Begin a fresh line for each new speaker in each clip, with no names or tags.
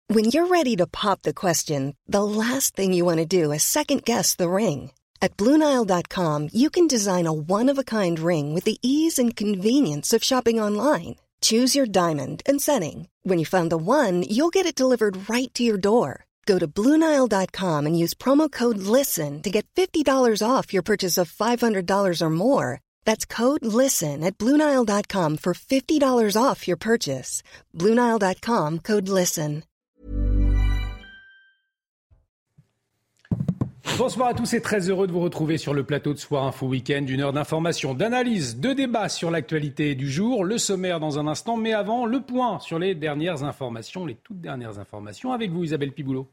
When you're ready to pop the question, the last thing you want to do is second-guess the ring. At BlueNile.com, you can design a one-of-a-kind ring with the ease and convenience of shopping online. Choose your diamond and setting. When you find the one, you'll get it delivered right to your door. Go to BlueNile.com and use promo code LISTEN to get $50 off your purchase of $500 or more. That's code LISTEN at BlueNile.com for $50 off your purchase. BlueNile.com, code LISTEN.
Bonsoir à tous et très heureux de vous retrouver sur le plateau de Soir Info Week-end. Une heure d'information, d'analyse, de débat sur l'actualité du jour. Le sommaire dans un instant, mais avant, le point sur les dernières informations, les toutes dernières informations. Avec vous, Isabelle Piboulot.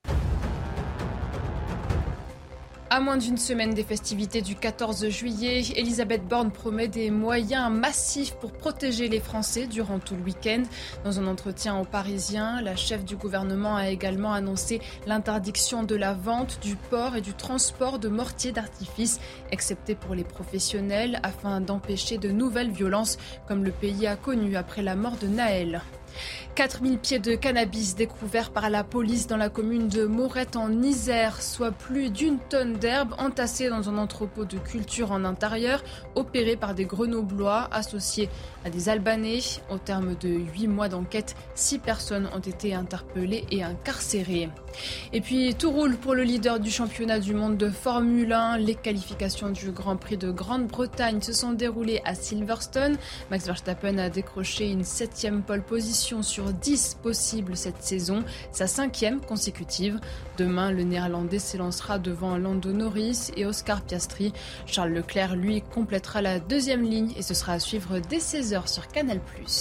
À moins d'une semaine des festivités du 14 juillet, Elisabeth Borne promet des moyens massifs pour protéger les Français durant tout le week-end. Dans un entretien aux Parisiens, la chef du gouvernement a également annoncé l'interdiction de la vente, du port et du transport de mortiers d'artifice, excepté pour les professionnels, afin d'empêcher de nouvelles violences comme le pays a connu après la mort de Naël. 4000 pieds de cannabis découverts par la police dans la commune de Morette en Isère, soit plus d'une tonne d'herbe entassée dans un entrepôt de culture en intérieur, opéré par des Grenoblois associés à des Albanais. Au terme de 8 mois d'enquête, 6 personnes ont été interpellées et incarcérées. Et puis tout roule pour le leader du championnat du monde de Formule 1. Les qualifications du Grand Prix de Grande-Bretagne se sont déroulées à Silverstone. Max Verstappen a décroché une 7e pole position sur 10 possibles cette saison, sa 5e consécutive. Demain, le Néerlandais s'élancera devant Lando Norris et Oscar Piastri. Charles Leclerc, lui, complétera la 2e ligne et ce sera à suivre dès 16h sur Canal+.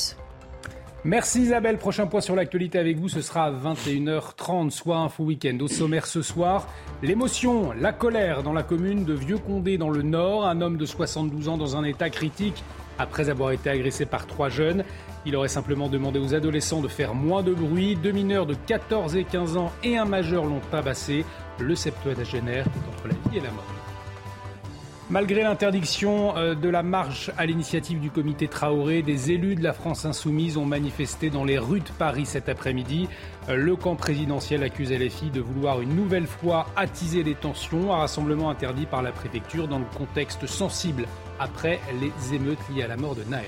Merci Isabelle. Prochain point sur l'actualité avec vous, ce sera à 21h30, Soir Info Week-end. Au sommaire ce soir, l'émotion, la colère dans la commune de Vieux-Condé dans le Nord. Un homme de 72 ans dans un état critique après avoir été agressé par 3 jeunes. Il aurait simplement demandé aux adolescents de faire moins de bruit. 2 mineurs de 14 et 15 ans et un majeur l'ont tabassé. Le septuagénaire est entre la vie et la mort. Malgré l'interdiction de la marche à l'initiative du comité Traoré, des élus de la France Insoumise ont manifesté dans les rues de Paris cet après-midi. Le camp présidentiel accuse LFI de vouloir une nouvelle fois attiser les tensions. Un rassemblement interdit par la préfecture dans le contexte sensible après les émeutes liées à la mort de Naël.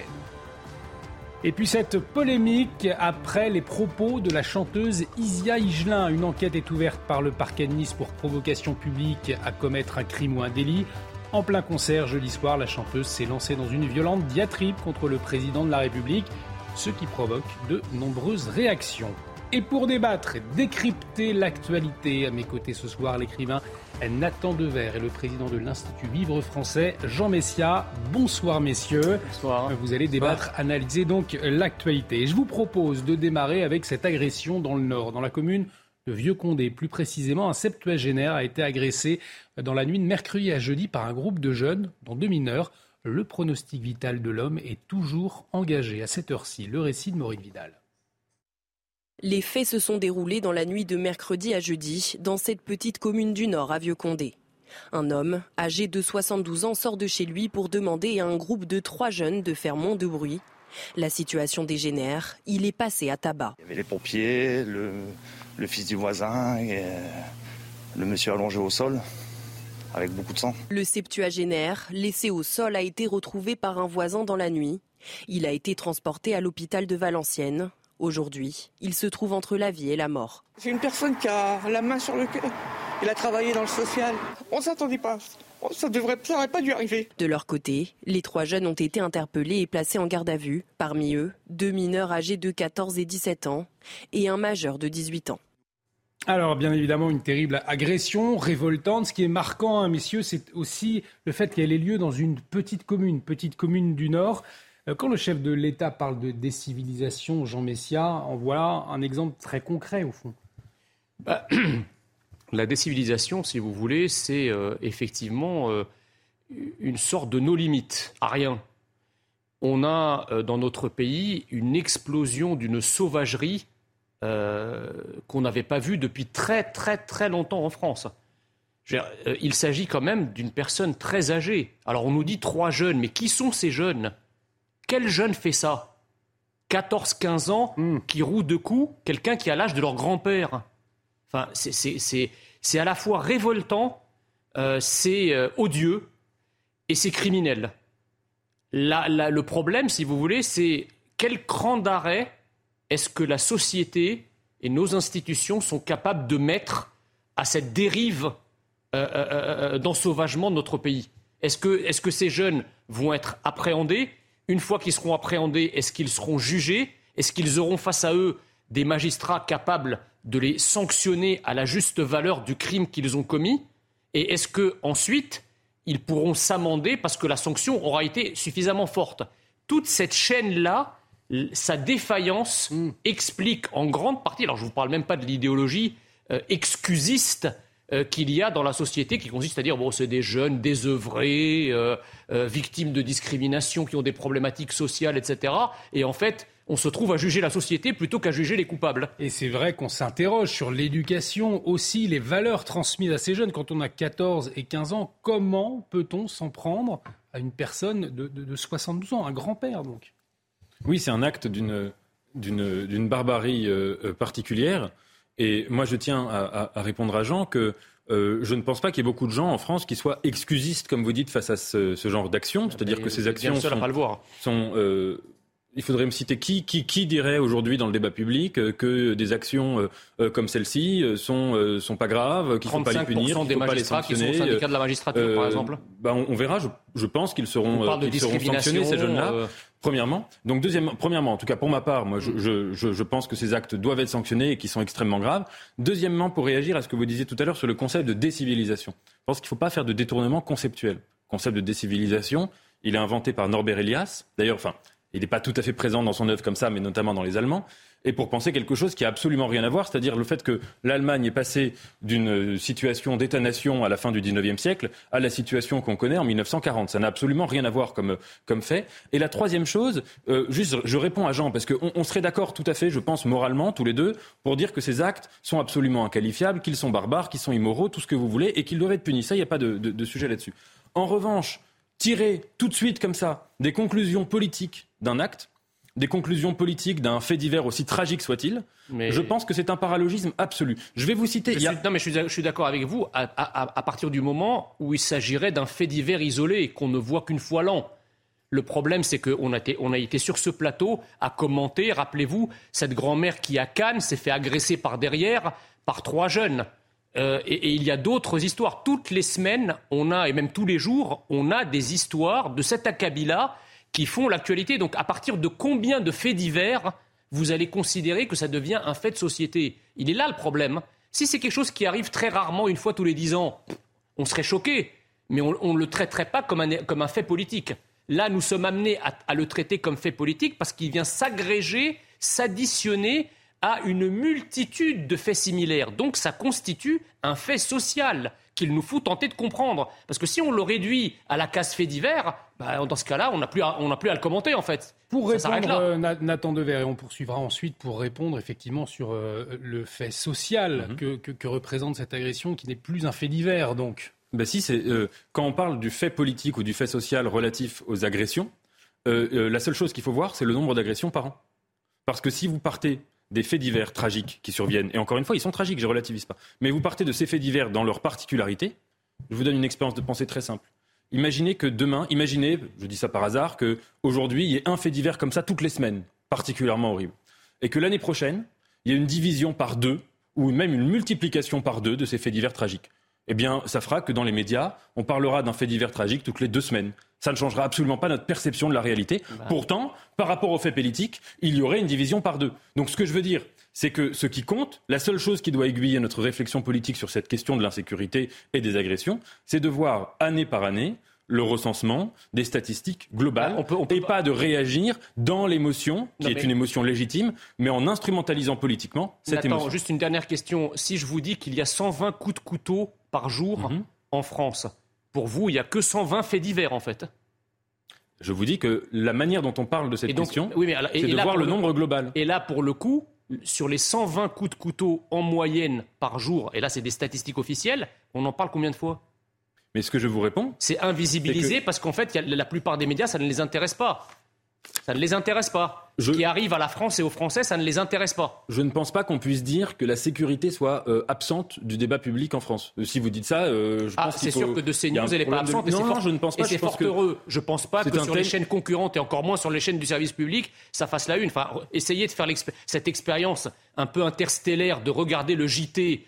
Et puis cette polémique après les propos de la chanteuse Isia Higelin. Une enquête est ouverte par le parquet de Nice pour provocation publique à commettre un crime ou un délit. En plein concert jeudi soir, la chanteuse s'est lancée dans une violente diatribe contre le président de la République, ce qui provoque de nombreuses réactions. Et pour débattre et décrypter l'actualité, à mes côtés ce soir, l'écrivain Nathan Dever et le président de l'Institut Vivre Français, Jean Messia. Bonsoir messieurs.
Bonsoir.
Vous allez débattre, analyser donc l'actualité. Et je vous propose de démarrer avec cette agression dans le Nord, dans la commune de Vieux-Condé. Plus précisément, un septuagénaire a été agressé dans la nuit de mercredi à jeudi par un groupe de jeunes, dont 2 mineurs. Le pronostic vital de l'homme est toujours engagé. À cette heure-ci, le récit de Maureen Vidal.
Les faits se sont déroulés dans la nuit de mercredi à jeudi, dans cette petite commune du Nord à Vieux-Condé. Un homme, âgé de 72 ans, sort de chez lui pour demander à un groupe de 3 jeunes de faire moins de bruit. La situation dégénère, il est passé à tabac.
Il y avait les pompiers, le fils du voisin et le monsieur allongé au sol avec beaucoup de sang. Le
septuagénaire, laissé au sol, a été retrouvé par un voisin dans la nuit. Il a été transporté à l'hôpital de Valenciennes. Aujourd'hui, il se trouve entre la vie et la mort.
C'est une personne qui a la main sur le cœur. Il a travaillé dans le social. On ne s'attendait pas. Ça n'aurait pas dû arriver.
De leur côté, les 3 jeunes ont été interpellés et placés en garde à vue. Parmi eux, 2 mineurs âgés de 14 et 17 ans et un majeur de 18 ans.
Alors, bien évidemment, une terrible agression révoltante. Ce qui est marquant, messieurs, c'est aussi le fait qu'elle ait lieu dans une petite commune du Nord. Quand le chef de l'État parle de décivilisation, Jean Messia, en voilà un exemple très concret, au fond.
La décivilisation, si vous voulez, c'est effectivement une sorte de no limite, à rien. On a dans notre pays une explosion d'une sauvagerie qu'on n'avait pas vue depuis très très très longtemps en France. Il s'agit quand même d'une personne très âgée. Alors on nous dit 3 jeunes, mais qui sont ces jeunes ? Quel jeune fait ça ? 14-15 ans qui roue de coups quelqu'un qui a l'âge de leur grand-père. Enfin, c'est à la fois révoltant, c'est odieux et c'est criminel. Le problème, si vous voulez, c'est quel cran d'arrêt est-ce que la société et nos institutions sont capables de mettre à cette dérive d'ensauvagement de notre pays. Est-ce que ces jeunes vont être appréhendés ? Une fois qu'ils seront appréhendés, est-ce qu'ils seront jugés ? Est-ce qu'ils auront face à eux des magistrats capables de les sanctionner à la juste valeur du crime qu'ils ont commis ? Et est-ce qu'ensuite, ils pourront s'amender parce que la sanction aura été suffisamment forte ? Toute cette chaîne-là, sa défaillance explique en grande partie, alors je ne vous parle même pas de l'idéologie excusiste qu'il y a dans la société, qui consiste à dire bon, c'est des jeunes désœuvrés, victimes de discrimination, qui ont des problématiques sociales, etc. Et en fait, on se trouve à juger la société plutôt qu'à juger les coupables.
Et c'est vrai qu'on s'interroge sur l'éducation aussi, les valeurs transmises à ces jeunes. Quand on a 14 et 15 ans, comment peut-on s'en prendre à une personne de 72 ans, un grand-père donc ?
Oui, c'est un acte d'une barbarie particulière. Et moi, je tiens à répondre à Jean que je ne pense pas qu'il y ait beaucoup de gens en France qui soient excusistes, comme vous dites, face à ce genre d'action. C'est-à-dire que ces actions sont il faudrait me citer qui dirait aujourd'hui dans le débat public que des actions comme celle-ci sont pas graves, qu'il ne faut pas les punir, qu'il ne faut pas les sanctionner.
Qui sont au syndicat de la magistrature, par exemple.
On verra. Je pense qu'ils seront sanctionnés, ces jeunes-là. Premièrement. Donc premièrement, en tout cas pour ma part, moi je pense que ces actes doivent être sanctionnés et qu'ils sont extrêmement graves. Deuxièmement, pour réagir à ce que vous disiez tout à l'heure sur le concept de décivilisation, je pense qu'il ne faut pas faire de détournement conceptuel. Le concept de décivilisation, il est inventé par Norbert Elias. D'ailleurs, il n'est pas tout à fait présent dans son œuvre comme ça, mais notamment dans les Allemands. Et pour penser quelque chose qui n'a absolument rien à voir, c'est-à-dire le fait que l'Allemagne est passée d'une situation d'État-nation à la fin du XIXe siècle à la situation qu'on connaît en 1940. Ça n'a absolument rien à voir comme fait. Et la troisième chose, je réponds à Jean, parce qu'on serait d'accord tout à fait, je pense, moralement, tous les deux, pour dire que ces actes sont absolument inqualifiables, qu'ils sont barbares, qu'ils sont immoraux, tout ce que vous voulez, et qu'ils doivent être punis. Ça, il n'y a pas de sujet là-dessus. En revanche, tirer tout de suite comme ça des conclusions politiques d'un acte, des conclusions politiques d'un fait divers aussi tragique soit-il, je pense que c'est un paralogisme absolu. Je vais vous citer...
Je suis d'accord avec vous à partir du moment où il s'agirait d'un fait divers isolé qu'on ne voit qu'une fois l'an. Le problème, c'est qu'on a été sur ce plateau à commenter, rappelez-vous, cette grand-mère qui à Cannes s'est fait agresser par derrière par 3 jeunes. Et il y a d'autres histoires. Toutes les semaines, et même tous les jours, on a des histoires de cet acabit-là qui font l'actualité. Donc à partir de combien de faits divers vous allez considérer que ça devient un fait de société ? Il est là le problème. Si c'est quelque chose qui arrive très rarement, une fois tous les 10 ans, on serait choqué. Mais on ne le traiterait pas comme un fait politique. Là, nous sommes amenés à le traiter comme fait politique parce qu'il vient s'agréger, s'additionner à une multitude de faits similaires. Donc ça constitue un fait social qu'il nous faut tenter de comprendre. Parce que si on le réduit à la case fait divers, dans ce cas-là, on n'a plus à le commenter en fait.
Pour répondre, Nathan Dever, et on poursuivra ensuite pour répondre effectivement sur le fait social que représente cette agression qui n'est plus un fait divers donc.
Quand on parle du fait politique ou du fait social relatif aux agressions, la seule chose qu'il faut voir, c'est le nombre d'agressions par an. Parce que si vous partez des faits divers tragiques qui surviennent, et encore une fois, ils sont tragiques, je ne relativise pas, mais vous partez de ces faits divers dans leur particularité, je vous donne une expérience de pensée très simple. Imaginez que demain, je dis ça par hasard, qu'aujourd'hui, il y ait un fait divers comme ça toutes les semaines, particulièrement horrible, et que l'année prochaine, il y ait une division par 2, ou même une multiplication par 2 de ces faits divers tragiques. Eh bien, ça fera que dans les médias, on parlera d'un fait divers tragique toutes les 2 semaines. Ça ne changera absolument pas notre perception de la réalité. Pourtant, par rapport aux faits politiques, il y aurait une division par 2. Donc ce que je veux dire, c'est que ce qui compte, la seule chose qui doit aiguiller notre réflexion politique sur cette question de l'insécurité et des agressions, c'est de voir année par année le recensement des statistiques globales et pas de réagir dans l'émotion, qui est une émotion légitime, mais en instrumentalisant politiquement cette émotion.
Juste une dernière question. Si je vous dis qu'il y a 120 coups de couteau par jour en France, pour vous, il n'y a que 120 faits divers en fait.
Je vous dis que la manière dont on parle de cette question, c'est de voir le nombre global.
Et là, pour le coup, sur les 120 coups de couteau en moyenne par jour, et là c'est des statistiques officielles, on en parle combien de fois ?
Mais ce que je vous réponds...
C'est invisibilisé parce qu'en fait, la plupart des médias, ça ne les intéresse pas. Ça ne les intéresse pas. qui arrivent à la France et aux Français, ça ne les intéresse pas.
Je ne pense pas qu'on puisse dire que la sécurité soit absente du débat public en France. Si vous dites ça, je pense qu'il faut...
C'est sûr que de CNews, elle n'est pas absente.
Non, je ne pense pas.
Et c'est fort heureux. Je ne pense pas que sur les chaînes concurrentes, et encore moins sur les chaînes du service public, ça fasse la une. Enfin, essayez de faire cette expérience un peu interstellaire de regarder le JT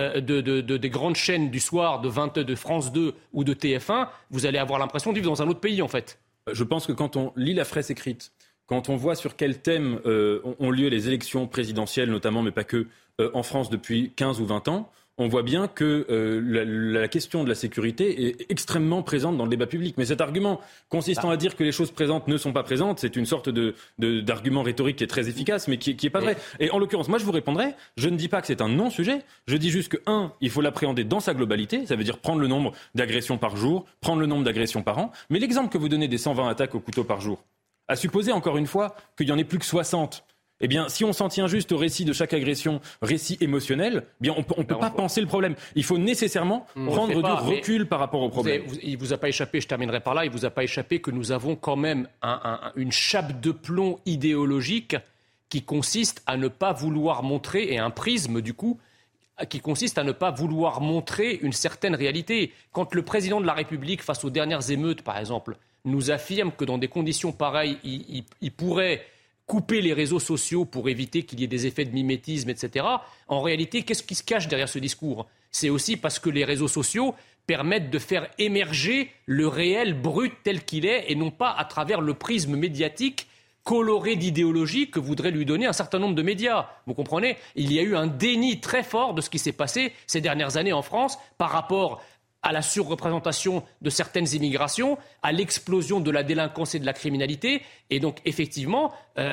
des grandes chaînes du soir de France 2 ou de TF1, vous allez avoir l'impression de vivre dans un autre pays, en fait.
Je pense que quand on lit la presse écrite, quand on voit sur quel thème ont lieu les élections présidentielles, notamment, mais pas que, en France depuis 15 ou 20 ans, on voit bien que la question de la sécurité est extrêmement présente dans le débat public. Mais cet argument consistant à dire que les choses présentes ne sont pas présentes, c'est une sorte d'argument rhétorique qui est très efficace, mais qui est pas vrai. Et en l'occurrence, moi je vous répondrai, je ne dis pas que c'est un non-sujet, je dis juste que, il faut l'appréhender dans sa globalité, ça veut dire prendre le nombre d'agressions par jour, prendre le nombre d'agressions par an. Mais l'exemple que vous donnez des 120 attaques au couteau par jour, à supposer encore une fois qu'il n'y en ait plus que 60, eh bien, si on s'en tient juste au récit de chaque agression, récit émotionnel, eh bien, on ne peut pas penser le problème. Il faut nécessairement prendre du recul par rapport au problème.
Il ne vous a pas échappé, je terminerai par là, il ne vous a pas échappé que nous avons quand même une chape de plomb idéologique qui consiste à ne pas vouloir montrer, et un prisme du coup, qui consiste à ne pas vouloir montrer une certaine réalité. Quand le président de la République, face aux dernières émeutes par exemple, nous affirme que dans des conditions pareilles, il pourrait couper les réseaux sociaux pour éviter qu'il y ait des effets de mimétisme, etc. En réalité, qu'est-ce qui se cache derrière ce discours ? C'est aussi parce que les réseaux sociaux permettent de faire émerger le réel brut tel qu'il est et non pas à travers le prisme médiatique coloré d'idéologie que voudraient lui donner un certain nombre de médias. Vous comprenez ? Il y a eu un déni très fort de ce qui s'est passé ces dernières années en France par rapport à la surreprésentation de certaines immigrations, à l'explosion de la délinquance et de la criminalité. Et donc, effectivement,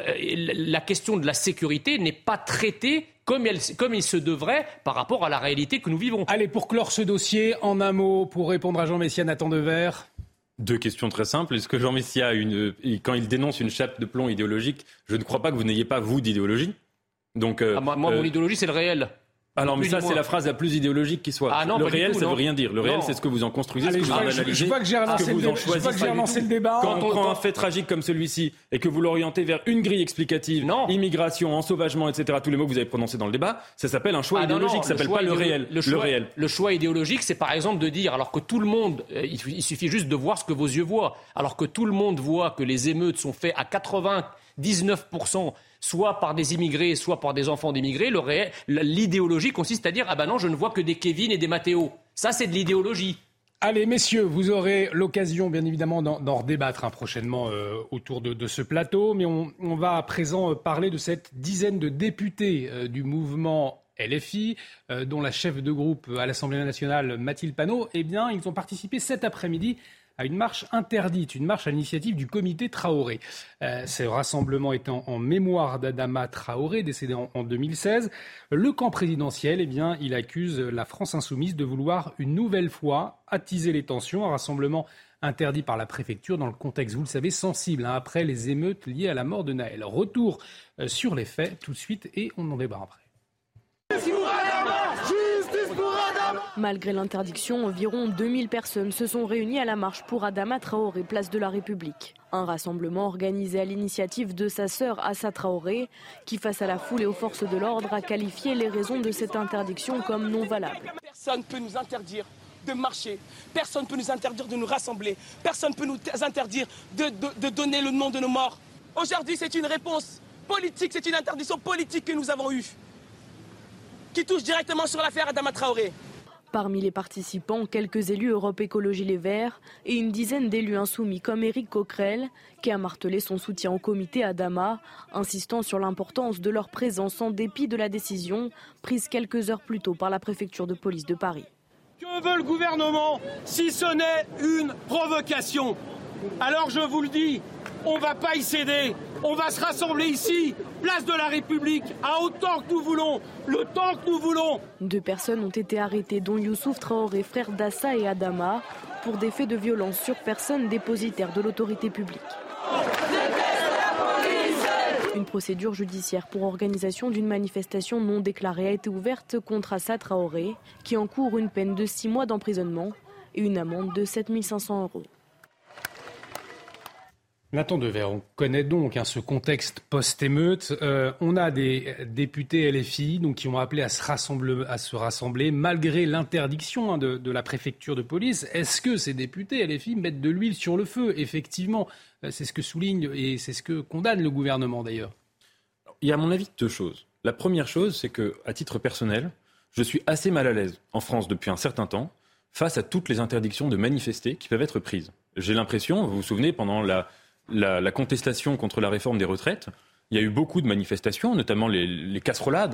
la question de la sécurité n'est pas traitée comme il se devrait par rapport à la réalité que nous vivons.
Allez, pour clore ce dossier, en un mot, pour répondre à Jean Messia, Nathan Devers.
2 questions très simples. Est-ce que Jean Messia, quand il dénonce une chape de plomb idéologique, je ne crois pas que vous n'ayez pas, vous, d'idéologie. Donc,
moi, mon idéologie, c'est le réel.
Alors, mais ça, c'est la phrase la plus idéologique qui soit.
Non,
le réel, ça ne veut rien dire. Le réel, c'est ce que vous en construisez, ce que vous en analysez.
Je vois que j'ai relancé le débat.
Quand on prend un fait tragique comme celui-ci et que vous l'orientez vers une grille explicative, immigration, ensauvagement, etc., tous les mots que vous avez prononcés dans le débat, ça s'appelle un choix idéologique, ça ne s'appelle pas le réel.
Le choix idéologique, c'est par exemple de dire, alors que tout le monde, il suffit juste de voir ce que vos yeux voient, alors que tout le monde voit que les émeutes sont faites à 99%, soit par des immigrés, soit par des enfants d'immigrés, l'idéologie consiste à dire « Ah ben non, je ne vois que des Kevin et des Mathéo ». Ça, c'est de l'idéologie.
Allez, messieurs, vous aurez l'occasion, bien évidemment, d'en redébattre prochainement autour de ce plateau. Mais on va à présent parler de cette dizaine de députés du mouvement LFI, dont la chef de groupe à l'Assemblée nationale, Mathilde Panot. Eh bien, ils ont participé cet après-midi à une marche interdite, une marche à l'initiative du comité Traoré. Ce rassemblement étant en mémoire d'Adama Traoré, décédé en 2016. Le camp présidentiel, eh bien, il accuse la France insoumise de vouloir une nouvelle fois attiser les tensions. Un rassemblement interdit par la préfecture dans le contexte, vous le savez, sensible, après les émeutes liées à la mort de Naël. Retour sur les faits tout de suite et on en débat après.
Malgré l'interdiction, environ 2000 personnes se sont réunies à la marche pour Adama Traoré, place de la République. Un rassemblement organisé à l'initiative de sa sœur Assa Traoré, qui face à la foule et aux forces de l'ordre a qualifié les raisons de cette interdiction comme non valables.
Personne ne peut nous interdire de marcher, personne ne peut nous interdire de nous rassembler, personne ne peut nous interdire de donner le nom de nos morts. Aujourd'hui, c'est une réponse politique, c'est une interdiction politique que nous avons eue, qui touche directement sur l'affaire Adama Traoré.
Parmi les participants, quelques élus Europe Écologie Les Verts et une dizaine d'élus insoumis comme Éric Coquerel, qui a martelé son soutien au comité Adama, insistant sur l'importance de leur présence en dépit de la décision prise quelques heures plus tôt par la préfecture de police de Paris.
Que veut le gouvernement si ce n'est une provocation ? Alors je vous le dis, on ne va pas y céder. On va se rassembler ici, place de la République, à autant que nous voulons, le temps que nous voulons.
2 personnes ont été arrêtées, dont Youssouf Traoré, frère d'Assa et Adama, pour des faits de violence sur personne dépositaire de l'autorité publique. Une procédure judiciaire pour organisation d'une manifestation non déclarée a été ouverte contre Assa Traoré, qui encourt une peine de 6 mois d'emprisonnement et une amende de 7 500 €.
Nathan Dever, on connaît donc ce contexte post-émeute. On a des députés LFI donc, qui ont appelé à se rassembler malgré l'interdiction de la préfecture de police. Est-ce que ces députés LFI mettent de l'huile sur le feu ? Effectivement, c'est ce que souligne et c'est ce que condamne le gouvernement d'ailleurs.
Il y a à mon avis deux choses. La première chose, c'est qu'à titre personnel, je suis assez mal à l'aise en France depuis un certain temps face à toutes les interdictions de manifester qui peuvent être prises. J'ai l'impression, vous vous souvenez, pendant la contestation contre la réforme des retraites, il y a eu beaucoup de manifestations, notamment les casserolades,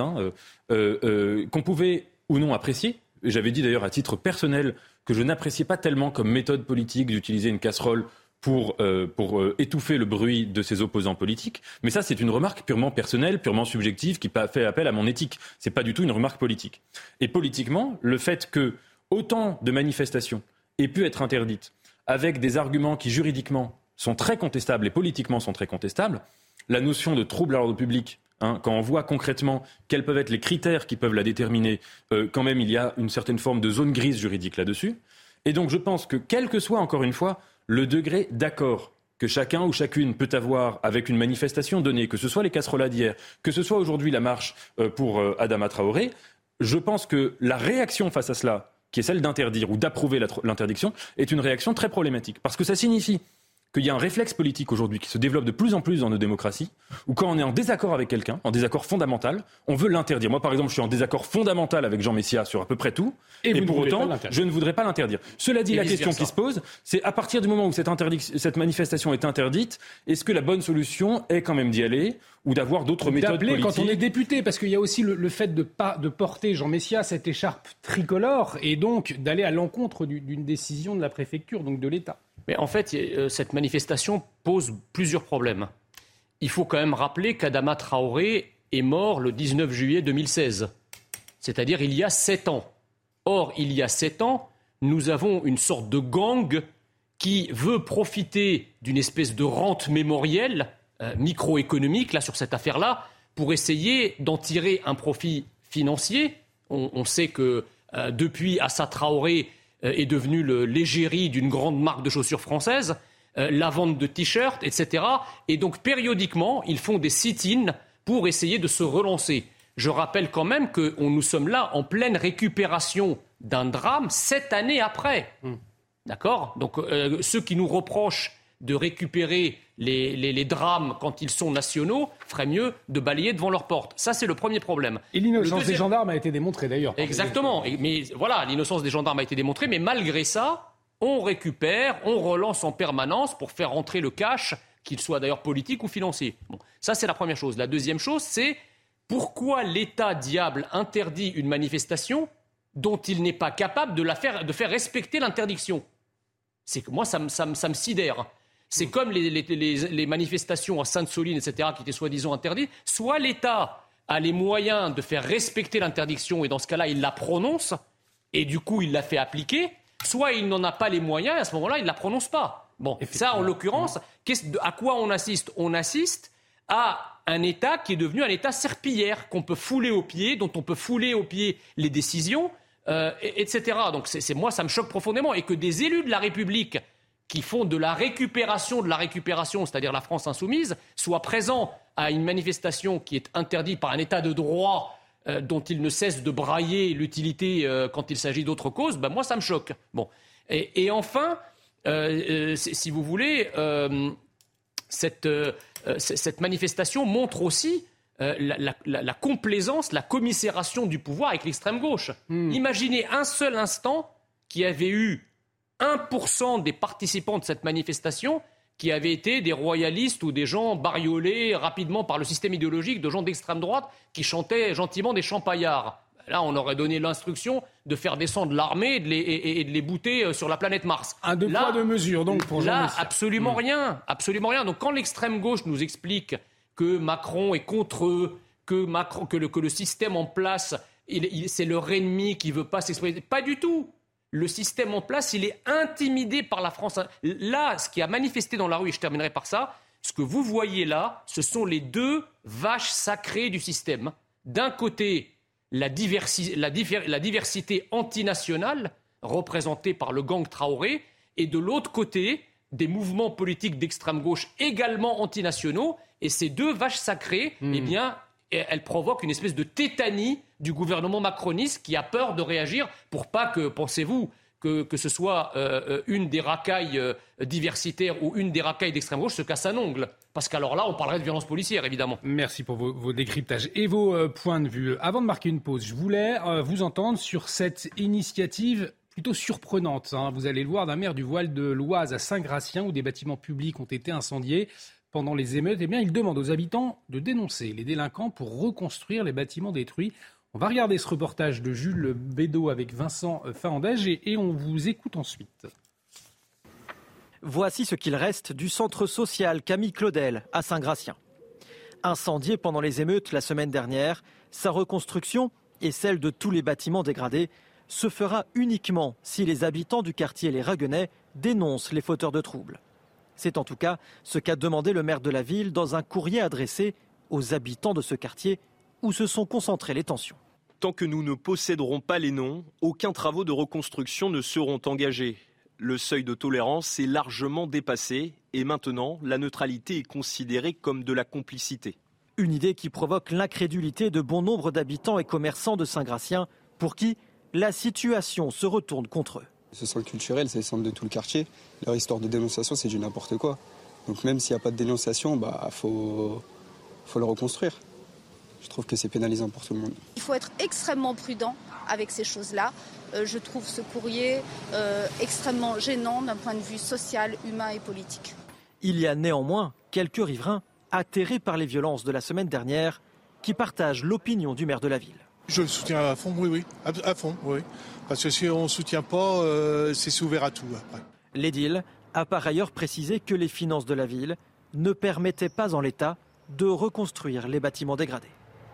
qu'on pouvait ou non apprécier. J'avais dit d'ailleurs à titre personnel que je n'appréciais pas tellement comme méthode politique d'utiliser une casserole pour étouffer le bruit de ses opposants politiques. Mais ça, c'est une remarque purement personnelle, purement subjective, qui fait appel à mon éthique. C'est pas du tout une remarque politique. Et politiquement, le fait que autant de manifestations aient pu être interdites avec des arguments qui juridiquement sont très contestables et politiquement sont très contestables, la notion de trouble à l'ordre public, quand on voit concrètement quels peuvent être les critères qui peuvent la déterminer, quand même il y a une certaine forme de zone grise juridique là-dessus. Et donc je pense que quel que soit, encore une fois, le degré d'accord que chacun ou chacune peut avoir avec une manifestation donnée, que ce soit les casserolades d'hier, que ce soit aujourd'hui la marche pour Adama Traoré, je pense que la réaction face à cela, qui est celle d'interdire ou d'approuver l'interdiction, est une réaction très problématique. Parce que ça signifie qu'il y a un réflexe politique aujourd'hui qui se développe de plus en plus dans nos démocraties, où quand on est en désaccord avec quelqu'un, en désaccord fondamental, on veut l'interdire. Moi, par exemple, je suis en désaccord fondamental avec Jean Messia sur à peu près tout, et pour autant, je ne voudrais pas l'interdire. Cela dit, la question qui se pose, c'est à partir du moment où cette manifestation est interdite, est-ce que la bonne solution est quand même d'y aller ou d'avoir d'autres méthodes politiques ?
Quand on est député, parce qu'il y a aussi le fait de porter Jean Messia cette écharpe tricolore, et donc d'aller à l'encontre d'une décision de la préfecture, donc de l'État.
Mais en fait, cette manifestation pose plusieurs problèmes. Il faut quand même rappeler qu'Adama Traoré est mort le 19 juillet 2016, c'est-à-dire il y a 7 ans. Or, il y a 7 ans, nous avons une sorte de gang qui veut profiter d'une espèce de rente mémorielle microéconomique là, sur cette affaire-là pour essayer d'en tirer un profit financier. On sait que depuis Assa Traoré est devenu l'égérie d'une grande marque de chaussures française, la vente de t-shirts, etc. Et donc, périodiquement, ils font des sit-ins pour essayer de se relancer. Je rappelle quand même que nous sommes là en pleine récupération d'un drame 7 années après. D'accord ? Donc, ceux qui nous reprochent de récupérer les drames quand ils sont nationaux feraient mieux de balayer devant leur porte. Ça, c'est le premier problème.
Et l'innocence des gendarmes a été démontrée d'ailleurs.
Exactement. Mais voilà, l'innocence des gendarmes a été démontrée, mais malgré ça, on récupère, on relance en permanence pour faire rentrer le cash, qu'il soit d'ailleurs politique ou financier. Bon, ça, c'est la première chose. La deuxième chose, c'est pourquoi l'État diable interdit une manifestation dont il n'est pas capable de faire respecter l'interdiction. C'est que moi, ça me sidère. C'est comme les manifestations à Sainte-Soline, etc., qui étaient soi-disant interdites. Soit l'État a les moyens de faire respecter l'interdiction, et dans ce cas-là, il la prononce, et du coup, il la fait appliquer. Soit il n'en a pas les moyens, et à ce moment-là, il ne la prononce pas. Bon, ça, en l'occurrence, à quoi on assiste ? On assiste à un État qui est devenu un État serpillière, qu'on peut fouler aux pieds, dont on peut fouler aux pieds les décisions, etc. Donc, moi, ça me choque profondément. Et que des élus de la République qui font de la récupération, c'est-à-dire la France insoumise, soient présents à une manifestation qui est interdite par un État de droit dont ils ne cessent de brailler l'utilité quand il s'agit d'autres causes, moi, ça me choque. Bon. Et enfin, si vous voulez, cette manifestation montre aussi la complaisance, la commisération du pouvoir avec l'extrême gauche. Imaginez un seul instant qu'il y avait eu 1% des participants de cette manifestation qui avaient été des royalistes ou des gens bariolés rapidement par le système idéologique de gens d'extrême droite qui chantaient gentiment des champaillards. Là, on aurait donné l'instruction de faire descendre l'armée et de les bouter sur la planète Mars.
Deux poids, deux mesures, donc, pour Jean Messia.
Absolument rien. Absolument rien. Donc, quand l'extrême gauche nous explique que Macron est contre eux, que le système en place, c'est leur ennemi qui ne veut pas s'exprimer, pas du tout. Le système en place, il est intimidé par la France. Là, ce qui a manifesté dans la rue, et je terminerai par ça, ce que vous voyez là, ce sont les deux vaches sacrées du système. D'un côté, la diversité antinationale représentée par le gang Traoré, et de l'autre côté, des mouvements politiques d'extrême gauche également antinationaux. Et ces deux vaches sacrées, eh bien, elles provoquent une espèce de tétanie du gouvernement macroniste qui a peur de réagir pour pas que, pensez-vous, que ce soit une des racailles diversitaires ou une des racailles d'extrême gauche se casse un ongle. Parce qu'alors là, on parlerait de violence policière, évidemment.
Merci pour vos décryptages et vos points de vue. Avant de marquer une pause, je voulais vous entendre sur cette initiative plutôt surprenante. Vous allez le voir, d'un maire du Voile de l'Oise à Saint-Gratien, où des bâtiments publics ont été incendiés pendant les émeutes. Eh bien, il demande aux habitants de dénoncer les délinquants pour reconstruire les bâtiments détruits. On va regarder ce reportage de Jules Bédot avec Vincent Fahandège et on vous écoute ensuite.
Voici ce qu'il reste du centre social Camille Claudel à Saint-Gratien. Incendié pendant les émeutes la semaine dernière, sa reconstruction et celle de tous les bâtiments dégradés se fera uniquement si les habitants du quartier Les Raguenais dénoncent les fauteurs de troubles. C'est en tout cas ce qu'a demandé le maire de la ville dans un courrier adressé aux habitants de ce quartier où se sont concentrées les tensions.
Tant que nous ne posséderons pas les noms, aucun travaux de reconstruction ne seront engagés. Le seuil de tolérance est largement dépassé et maintenant la neutralité est considérée comme de la complicité.
Une idée qui provoque l'incrédulité de bon nombre d'habitants et commerçants de Saint-Gratien pour qui la situation se retourne contre eux.
Ce centre culturel, c'est le centre de tout le quartier. Leur histoire de dénonciation, c'est du n'importe quoi. Donc même s'il n'y a pas de dénonciation, faut le reconstruire. Je trouve que c'est pénalisant pour tout le monde.
Il faut être extrêmement prudent avec ces choses-là. Je trouve ce courrier extrêmement gênant d'un point de vue social, humain et politique.
Il y a néanmoins quelques riverains atterrés par les violences de la semaine dernière qui partagent l'opinion du maire de la ville.
Je le soutiens à fond, oui, à fond, oui. Parce que si on ne soutient pas, c'est ouvert à tout après.
L'édile a par ailleurs précisé que les finances de la ville ne permettaient pas en l'état de reconstruire les bâtiments dégradés.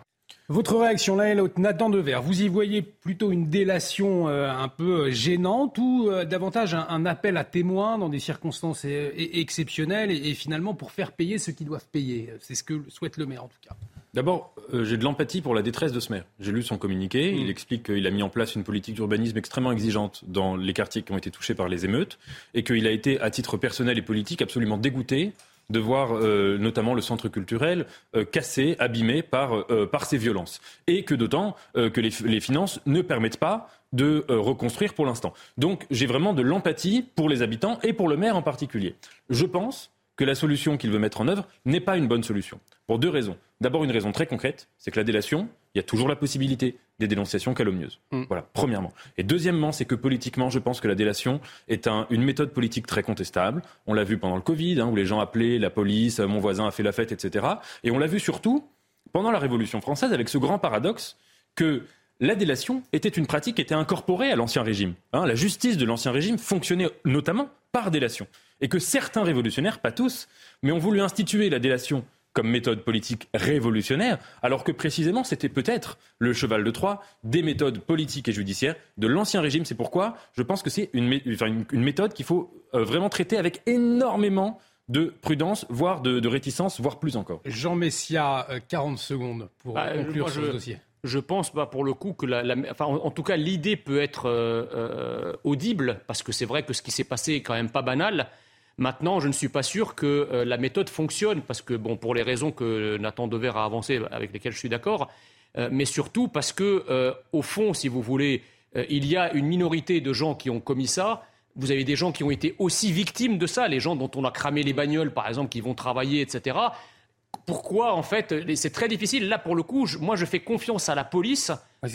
Votre réaction l'un et l'autre, Nathan Dever, vous y voyez plutôt une délation un peu gênante ou davantage un appel à témoins dans des circonstances exceptionnelles et finalement pour faire payer ceux qui doivent payer? C'est ce que souhaite le maire en tout cas.
D'abord, j'ai de l'empathie pour la détresse de ce maire. J'ai lu son communiqué, il explique qu'il a mis en place une politique d'urbanisme extrêmement exigeante dans les quartiers qui ont été touchés par les émeutes et qu'il a été, à titre personnel et politique, absolument dégoûté de voir notamment le centre culturel cassé, abîmé par ces violences. Et que d'autant que les finances ne permettent pas de reconstruire pour l'instant. Donc j'ai vraiment de l'empathie pour les habitants et pour le maire en particulier. Je pense que la solution qu'il veut mettre en œuvre n'est pas une bonne solution. Pour deux raisons. D'abord, une raison très concrète, c'est que la délation, il y a toujours la possibilité des dénonciations calomnieuses. Voilà, premièrement. Et deuxièmement, c'est que politiquement, je pense que la délation est une méthode politique très contestable. On l'a vu pendant le Covid, où les gens appelaient la police, mon voisin a fait la fête, etc. Et on l'a vu surtout pendant la Révolution française avec ce grand paradoxe que la délation était une pratique qui était incorporée à l'Ancien Régime. La justice de l'Ancien Régime fonctionnait notamment par délation. Et que certains révolutionnaires, pas tous, mais ont voulu instituer la délation comme méthode politique révolutionnaire, alors que précisément c'était peut-être le cheval de Troie des méthodes politiques et judiciaires de l'Ancien Régime. C'est pourquoi je pense que c'est une méthode qu'il faut vraiment traiter avec énormément de prudence, voire de réticence, voire plus encore.
Jean Messia, 40 secondes pour conclure ce dossier.
Je pense pour le coup que en tout cas l'idée peut être audible, parce que c'est vrai que ce qui s'est passé est quand même pas banal. Maintenant, je ne suis pas sûr que la méthode fonctionne, parce que, pour les raisons que Nathan Dever a avancées, avec lesquelles je suis d'accord, mais surtout parce que, au fond, si vous voulez, il y a une minorité de gens qui ont commis ça. Vous avez des gens qui ont été aussi victimes de ça, les gens dont on a cramé les bagnoles, par exemple, qui vont travailler, etc. Pourquoi, en fait, c'est très difficile. Là, pour le coup, moi, je fais confiance à la police,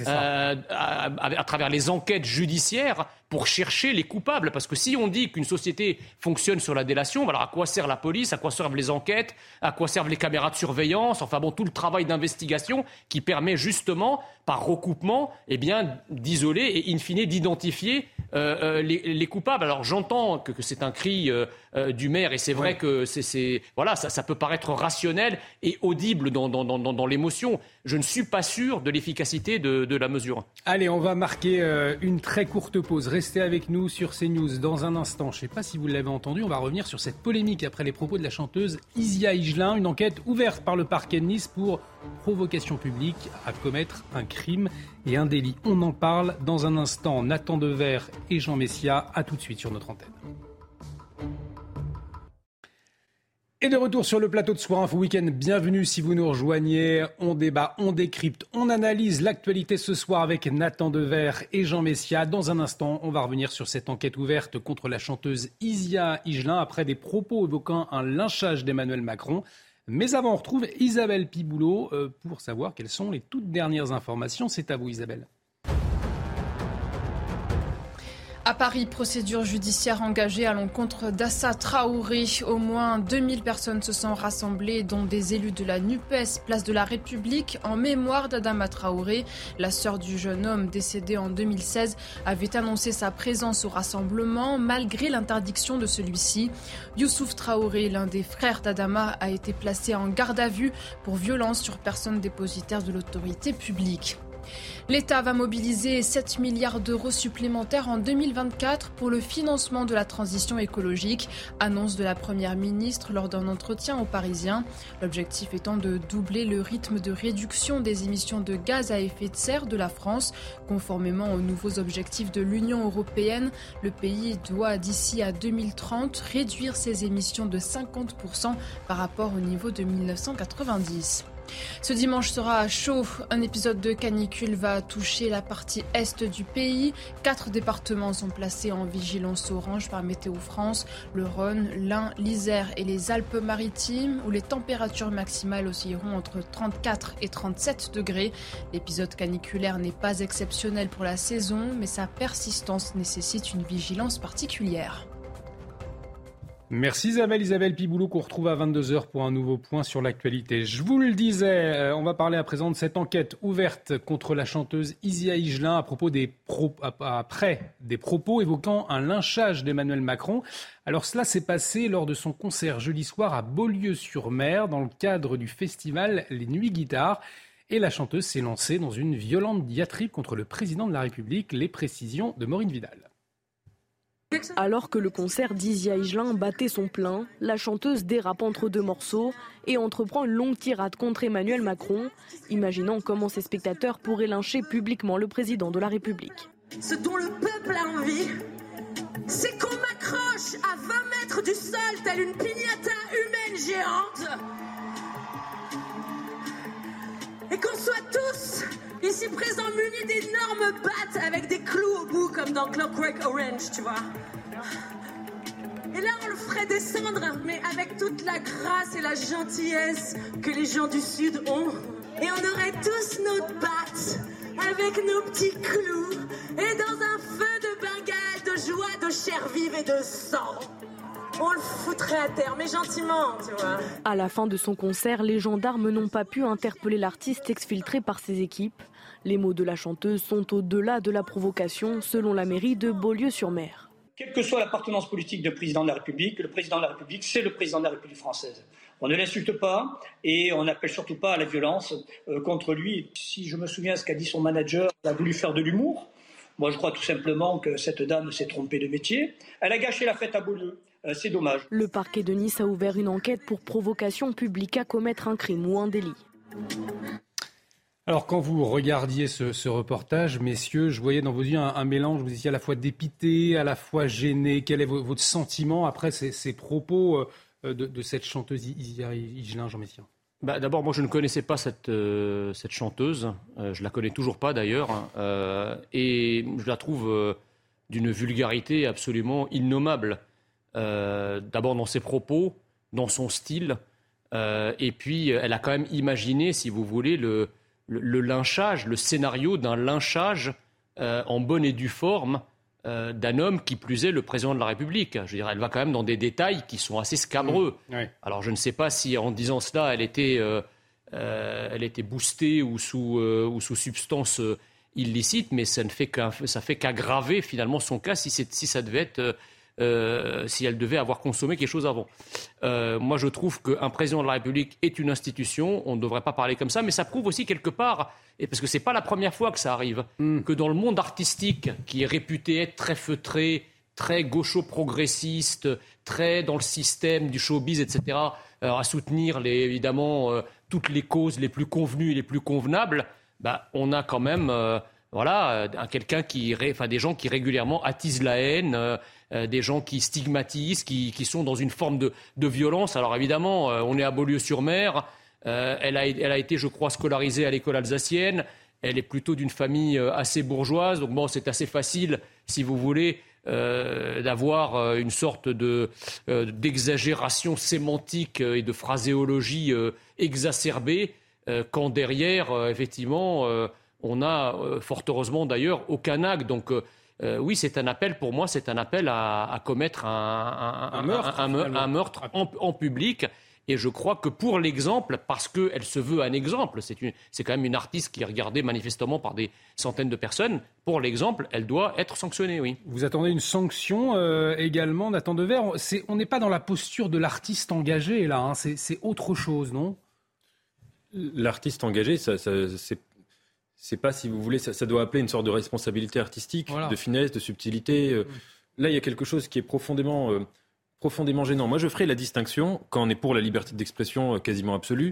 à travers les enquêtes judiciaires, pour chercher les coupables. Parce que si on dit qu'une société fonctionne sur la délation, alors à quoi sert la police, à quoi servent les enquêtes, à quoi servent les caméras de surveillance, tout le travail d'investigation qui permet justement, par recoupement, d'isoler et in fine d'identifier les coupables. Alors j'entends que c'est un cri du maire, et c'est vrai que ça peut paraître rationnel et audible dans l'émotion. Je ne suis pas sûr de l'efficacité de la mesure.
Allez, on va marquer une très courte pause. Restez avec nous sur CNews dans un instant. Je ne sais pas si vous l'avez entendu, on va revenir sur cette polémique après les propos de la chanteuse Isia Higelin. Une enquête ouverte par le parquet de Nice pour provocation publique à commettre un crime et un délit. On en parle dans un instant. Nathan Dever et Jean Messia, à tout de suite sur notre antenne. Et de retour sur le plateau de Soir Info Week-end, bienvenue si vous nous rejoignez. On débat, on décrypte, on analyse l'actualité ce soir avec Nathan Dever et Jean Messia. Dans un instant, on va revenir sur cette enquête ouverte contre la chanteuse Isia Higelin après des propos évoquant un lynchage d'Emmanuel Macron. Mais avant, on retrouve Isabelle Piboulot pour savoir quelles sont les toutes dernières informations. C'est à vous Isabelle.
À Paris, procédure judiciaire engagée à l'encontre d'Assa Traoré. Au moins 2000 personnes se sont rassemblées, dont des élus de la NUPES, place de la République, en mémoire d'Adama Traoré. La sœur du jeune homme décédé en 2016 avait annoncé sa présence au rassemblement, malgré l'interdiction de celui-ci. Youssouf Traoré, l'un des frères d'Adama, a été placé en garde à vue pour violence sur personne dépositaire de l'autorité publique. L'État va mobiliser 7 milliards d'euros supplémentaires en 2024 pour le financement de la transition écologique, annonce de la Première ministre lors d'un entretien aux Parisiens. L'objectif étant de doubler le rythme de réduction des émissions de gaz à effet de serre de la France. Conformément aux nouveaux objectifs de l'Union européenne, le pays doit d'ici à 2030 réduire ses émissions de 50% par rapport au niveau de 1990. Ce dimanche sera chaud. Un épisode de canicule va toucher la partie est du pays. 4 départements sont placés en vigilance orange par Météo France. Le Rhône, l'Ain, l'Isère et les Alpes-Maritimes, où les températures maximales oscilleront entre 34 et 37 degrés. L'épisode caniculaire n'est pas exceptionnel pour la saison, mais sa persistance nécessite une vigilance particulière.
Merci Isabelle Piboulot qu'on retrouve à 22h pour un nouveau point sur l'actualité. Je vous le disais, on va parler à présent de cette enquête ouverte contre la chanteuse Isia Higelin après des propos évoquant un lynchage d'Emmanuel Macron. Alors cela s'est passé lors de son concert jeudi soir à Beaulieu-sur-Mer dans le cadre du festival Les Nuits Guitare. Et la chanteuse s'est lancée dans une violente diatribe contre le président de la République. Les précisions de Maureen Vidal.
Alors que le concert d'Isia Higelin battait son plein, la chanteuse dérape entre deux morceaux et entreprend une longue tirade contre Emmanuel Macron, imaginant comment ses spectateurs pourraient lyncher publiquement le président de la République.
Ce dont le peuple a envie, c'est qu'on m'accroche à 20 mètres du sol telle une piñata humaine géante et qu'on soit tous ici présents munis d'énormes battes avec des clous au bout comme dans Clockwork Orange, tu vois. Et là on le ferait descendre, mais avec toute la grâce et la gentillesse que les gens du Sud ont. Et on aurait tous nos battes avec nos petits clous et dans un feu de Bengale de joie, de chair vive et de sang. On le foutrait à terre, mais gentiment, tu vois.
À la fin de son concert, les gendarmes n'ont pas pu interpeller l'artiste exfiltré par ses équipes. Les mots de la chanteuse sont au-delà de la provocation, selon la mairie de Beaulieu-sur-Mer.
Quelle que soit l'appartenance politique du président de la République, le président de la République, c'est le président de la République française. On ne l'insulte pas et on n'appelle surtout pas à la violence contre lui. Si je me souviens de ce qu'a dit son manager, elle a voulu faire de l'humour. Moi, je crois tout simplement que cette dame s'est trompée de métier. Elle a gâché la fête à Beaulieu. C'est dommage.
Le parquet de Nice a ouvert une enquête pour provocation publique à commettre un crime ou un délit.
Alors quand vous regardiez ce reportage, messieurs, je voyais dans vos yeux un mélange. Vous étiez à la fois dépité, à la fois gêné. Quel est votre sentiment après ces propos de cette chanteuse Isia Higelin, Jean Messia ?
D'abord, moi je ne connaissais pas cette chanteuse. Je la connais toujours pas d'ailleurs. Et je la trouve d'une vulgarité absolument innommable. D'abord dans ses propos, dans son style, et puis elle a quand même imaginé, si vous voulez, le lynchage, le scénario d'un lynchage en bonne et due forme d'un homme qui plus est le président de la République. Je veux dire, elle va quand même dans des détails qui sont assez scabreux. Oui. Alors je ne sais pas si en disant cela, elle était boostée ou sous substance illicite, mais ça fait qu'aggraver finalement son cas si ça devait être... si elle devait avoir consommé quelque chose avant. Moi, je trouve qu'un président de la République est une institution. On ne devrait pas parler comme ça, mais ça prouve aussi quelque part, et parce que ce n'est pas la première fois que ça arrive, que dans le monde artistique, qui est réputé être très feutré, très gaucho-progressiste, très dans le système du showbiz, etc., à soutenir évidemment toutes les causes les plus convenues et les plus convenables, on a quand même... des gens qui régulièrement attisent la haine, des gens qui stigmatisent, qui sont dans une forme de violence. Alors évidemment, on est à Beaulieu-sur-Mer. Elle a été, je crois, scolarisée à l'école alsacienne. Elle est plutôt d'une famille assez bourgeoise. Donc bon, c'est assez facile, si vous voulez, d'avoir une sorte d'exagération sémantique et de phraséologie exacerbée, quand derrière, effectivement, on a, fort heureusement d'ailleurs, aucun acte. Donc oui, c'est un appel, pour moi, c'est un appel à commettre un meurtre en public. Et je crois que pour l'exemple, parce qu'elle se veut un exemple, c'est quand même une artiste qui est regardée manifestement par des centaines de personnes, pour l'exemple, elle doit être sanctionnée, oui.
Vous attendez une sanction également, Nathan Dever. On n'est pas dans la posture de l'artiste engagé, là, hein. C'est autre chose, non ?
L'artiste engagé, c'est pas, si vous voulez, ça doit appeler une sorte de responsabilité artistique, voilà, de finesse, de subtilité. Là, il y a quelque chose qui est profondément gênant. Moi, je ferai la distinction, quand on est pour la liberté d'expression quasiment absolue,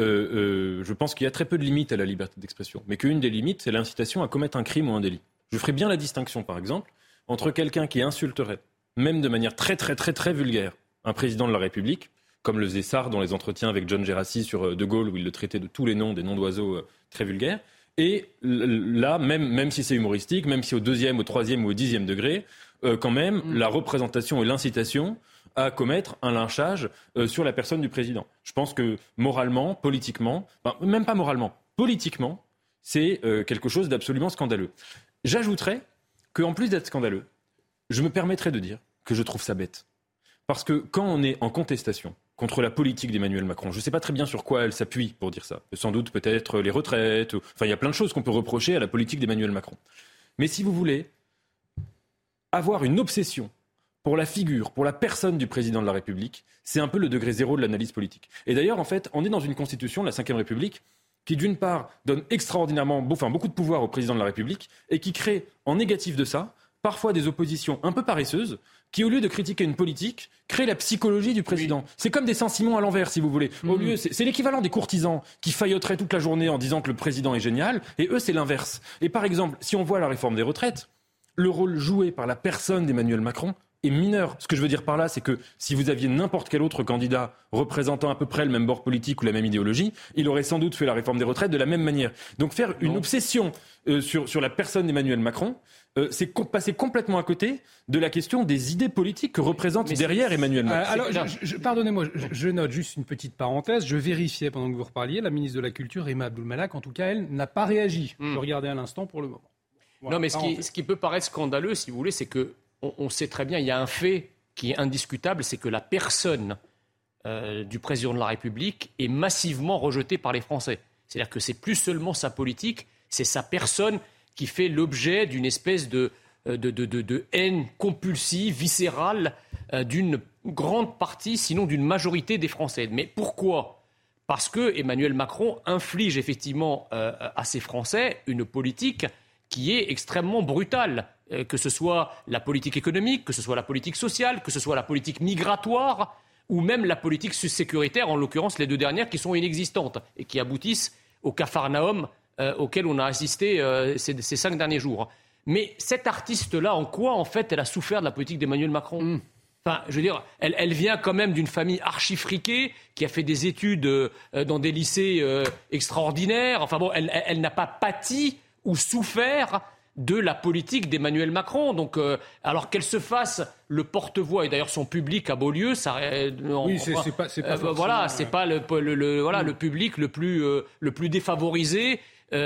je pense qu'il y a très peu de limites à la liberté d'expression, mais qu'une des limites, c'est l'incitation à commettre un crime ou un délit. Je ferai bien la distinction, par exemple, entre quelqu'un qui insulterait, même de manière très, très, très, très vulgaire, un président de la République, comme le faisait Sarr dans les entretiens avec John Gerassi sur De Gaulle, où il le traitait de tous les noms, des noms d'oiseaux très vulgaires. Et là, même si c'est humoristique, même si au 2e, au 3e ou au 10e degré, quand même, la représentation et l'incitation à commettre un lynchage sur la personne du président. Je pense que moralement, politiquement, même pas moralement, politiquement, c'est quelque chose d'absolument scandaleux. J'ajouterais qu'en plus d'être scandaleux, je me permettrais de dire que je trouve ça bête. Parce que quand on est en contestation contre la politique d'Emmanuel Macron, je ne sais pas très bien sur quoi elle s'appuie pour dire ça. Sans doute peut-être les retraites. Enfin, il y a plein de choses qu'on peut reprocher à la politique d'Emmanuel Macron. Mais si vous voulez avoir une obsession pour la figure, pour la personne du président de la République, c'est un peu le degré zéro de l'analyse politique. Et d'ailleurs, en fait, on est dans une constitution, la Ve République, qui d'une part donne extraordinairement, beaucoup de pouvoir au président de la République et qui crée en négatif de ça, parfois des oppositions un peu paresseuses, qui, au lieu de critiquer une politique, créent la psychologie du président. Oui. C'est comme des Saint-Simon à l'envers, si vous voulez. Au lieu, c'est l'équivalent des courtisans qui failloteraient toute la journée en disant que le président est génial, et eux, c'est l'inverse. Et par exemple, si on voit la réforme des retraites, le rôle joué par la personne d'Emmanuel Macron est mineur. Ce que je veux dire par là, c'est que si vous aviez n'importe quel autre candidat représentant à peu près le même bord politique ou la même idéologie, il aurait sans doute fait la réforme des retraites de la même manière. Donc faire une obsession sur la personne d'Emmanuel Macron, c'est passer complètement à côté de la question des idées politiques que représente derrière Emmanuel Macron.
Alors, pardonnez-moi, je note juste une petite parenthèse. Je vérifiais pendant que vous reparliez, la ministre de la Culture, Emma Abdul-Malak, en tout cas, elle n'a pas réagi. Je regardais à l'instant pour le moment. Voilà,
non, mais ce qui peut paraître scandaleux, si vous voulez, c'est que on sait très bien, il y a un fait qui est indiscutable, c'est que la personne du président de la République est massivement rejetée par les Français. C'est-à-dire que c'est plus seulement sa politique, c'est sa personne qui fait l'objet d'une espèce de haine compulsive, viscérale, d'une grande partie, sinon d'une majorité des Français. Mais pourquoi ? Parce que Emmanuel Macron inflige effectivement à ces Français une politique qui est extrêmement brutale, que ce soit la politique économique, que ce soit la politique sociale, que ce soit la politique migratoire, ou même la politique sécuritaire, en l'occurrence les deux dernières qui sont inexistantes et qui aboutissent au capharnaüm auquel on a assisté ces 5 derniers jours. Mais cette artiste-là, en quoi, en fait, elle a souffert de la politique d'Emmanuel Macron ? Enfin, je veux dire, elle vient quand même d'une famille archi-friquée, qui a fait des études dans des lycées extraordinaires. Enfin bon, elle n'a pas pâti ou souffert de la politique d'Emmanuel Macron. Donc, alors qu'elle se fasse le porte-voix, et d'ailleurs son public à Beaulieu, ça,
c'est pas
voilà, c'est pas le public le plus défavorisé.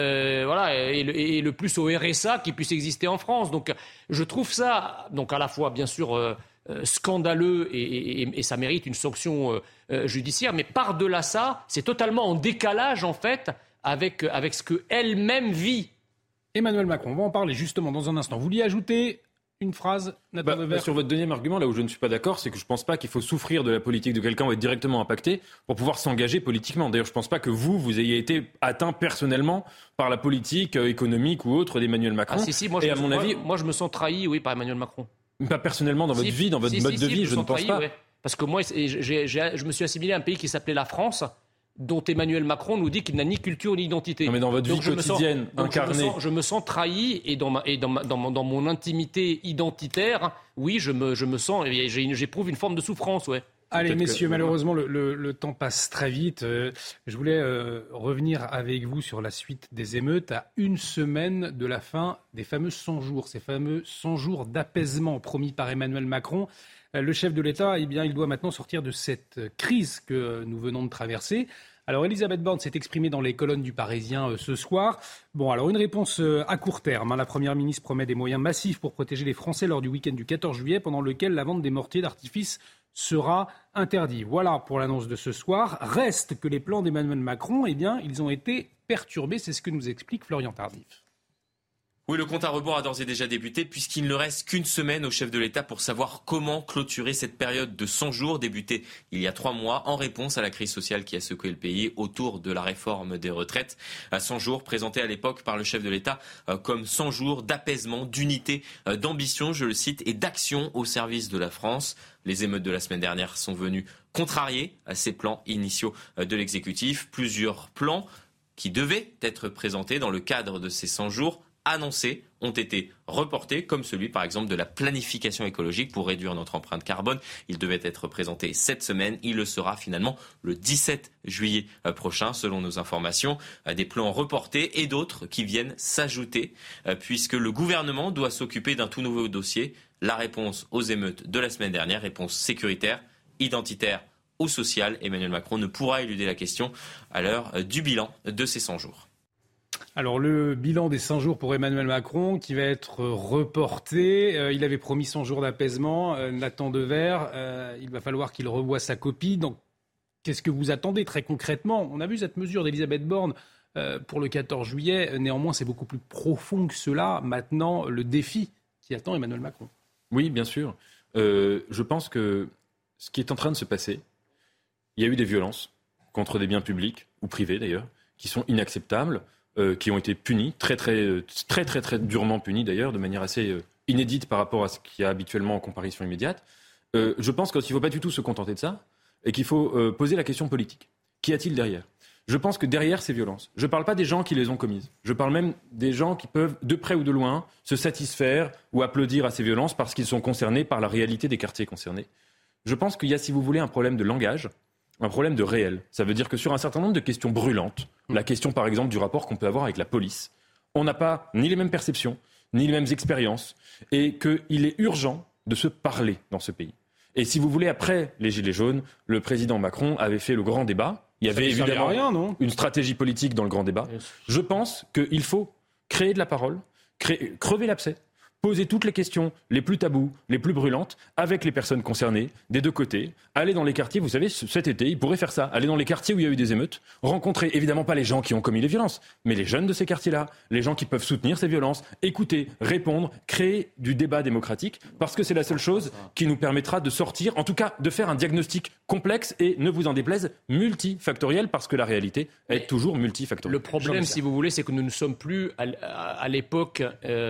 Et le plus au RSA qui puisse exister en France. Donc je trouve ça à la fois bien sûr scandaleux et ça mérite une sanction judiciaire, mais par-delà ça, c'est totalement en décalage en fait avec ce que elle-même vit.
Emmanuel Macron, on va en parler justement dans un instant. Vous vouliez ajouter une phrase, Nathan Dever ?
Sur votre deuxième argument, là où je ne suis pas d'accord, c'est que je ne pense pas qu'il faut souffrir de la politique de quelqu'un ou être directement impacté pour pouvoir s'engager politiquement. D'ailleurs, je ne pense pas que vous ayez été atteint personnellement par la politique économique ou autre d'Emmanuel Macron.
Ah si, moi je me sens trahi, oui, par Emmanuel Macron.
Pas personnellement dans votre vie, dans votre mode de vie, je ne pense pas.
Ouais. Parce que moi, je me suis assimilé à un pays qui s'appelait la France. dont Emmanuel Macron nous dit qu'il n'a ni culture ni identité.
Non, mais dans votre vie quotidienne, incarnée...
Je me sens trahi et dans mon intimité identitaire, oui, je me sens... J'éprouve une forme de souffrance, ouais.
Allez, messieurs, malheureusement, le temps passe très vite. Je voulais revenir avec vous sur la suite des émeutes à une semaine de la fin des fameux 100 jours, ces fameux 100 jours d'apaisement promis par Emmanuel Macron. Le chef de l'État, eh bien, il doit maintenant sortir de cette crise que nous venons de traverser. Alors, Elisabeth Borne s'est exprimée dans les colonnes du Parisien ce soir. Bon, alors une réponse à court terme. La Première ministre promet des moyens massifs pour protéger les Français lors du week-end du 14 juillet, pendant lequel la vente des mortiers d'artifice sera interdit. Voilà pour l'annonce de ce soir. Reste que les plans d'Emmanuel Macron, eh bien, ils ont été perturbés. C'est ce que nous explique Florian Tardif.
Oui, le compte à rebours a d'ores et déjà débuté puisqu'il ne reste qu'une semaine au chef de l'État pour savoir comment clôturer cette période de 100 jours débutée il y a 3 mois en réponse à la crise sociale qui a secoué le pays autour de la réforme des retraites. 100 jours présentés à l'époque par le chef de l'État comme 100 jours d'apaisement, d'unité, d'ambition, je le cite, et d'action au service de la France. Les émeutes de la semaine dernière sont venues contrarier ces plans initiaux de l'exécutif. Plusieurs plans qui devaient être présentés dans le cadre de ces 100 jours annoncés ont été reportés, comme celui par exemple de la planification écologique pour réduire notre empreinte carbone. Il devait être présenté cette semaine, il le sera finalement le 17 juillet prochain selon nos informations. Des plans reportés et d'autres qui viennent s'ajouter puisque le gouvernement doit s'occuper d'un tout nouveau dossier, la réponse aux émeutes de la semaine dernière, réponse sécuritaire, identitaire ou sociale. Emmanuel Macron ne pourra éluder la question à l'heure du bilan de ces 100 jours.
Alors le bilan des 100 jours pour Emmanuel Macron qui va être reporté. Il avait promis 100 jours d'apaisement. Nathan Devers, il va falloir qu'il revoie sa copie. Donc qu'est-ce que vous attendez très concrètement ? On a vu cette mesure d'Elisabeth Borne pour le 14 juillet. Néanmoins, c'est beaucoup plus profond que cela. Maintenant, le défi qui attend Emmanuel Macron.
Oui, bien sûr. Je pense que ce qui est en train de se passer, il y a eu des violences contre des biens publics, ou privés d'ailleurs, qui sont inacceptables. Qui ont été punis, très durement punis d'ailleurs, de manière assez inédite par rapport à ce qu'il y a habituellement en comparution immédiate. Je pense qu'il ne faut pas du tout se contenter de ça et qu'il faut poser la question politique. Qu'y a-t-il derrière ? Je pense que derrière ces violences, je ne parle pas des gens qui les ont commises, je parle même des gens qui peuvent, de près ou de loin, se satisfaire ou applaudir à ces violences parce qu'ils sont concernés par la réalité des quartiers concernés. Je pense qu'il y a, si vous voulez, un problème de langage, un problème de réel. Ça veut dire que sur un certain nombre de questions brûlantes, la question par exemple du rapport qu'on peut avoir avec la police, on n'a pas ni les mêmes perceptions, ni les mêmes expériences, et qu'il est urgent de se parler dans ce pays. Et si vous voulez, après les Gilets jaunes, le président Macron avait fait le grand débat. Il y avait évidemment une stratégie politique dans le grand débat. Je pense qu'il faut créer de la parole, crever l'abcès, poser toutes les questions les plus tabous, les plus brûlantes, avec les personnes concernées, des deux côtés, aller dans les quartiers, vous savez, cet été, ils pourraient faire ça, aller dans les quartiers où il y a eu des émeutes, rencontrer évidemment pas les gens qui ont commis les violences, mais les jeunes de ces quartiers-là, les gens qui peuvent soutenir ces violences, écouter, répondre, créer du débat démocratique, parce que c'est la seule chose qui nous permettra de sortir, en tout cas de faire un diagnostic complexe et, ne vous en déplaise, multifactoriel, parce que la réalité est toujours multifactorielle.
Le problème, si vous voulez, c'est que nous ne sommes plus à l'époque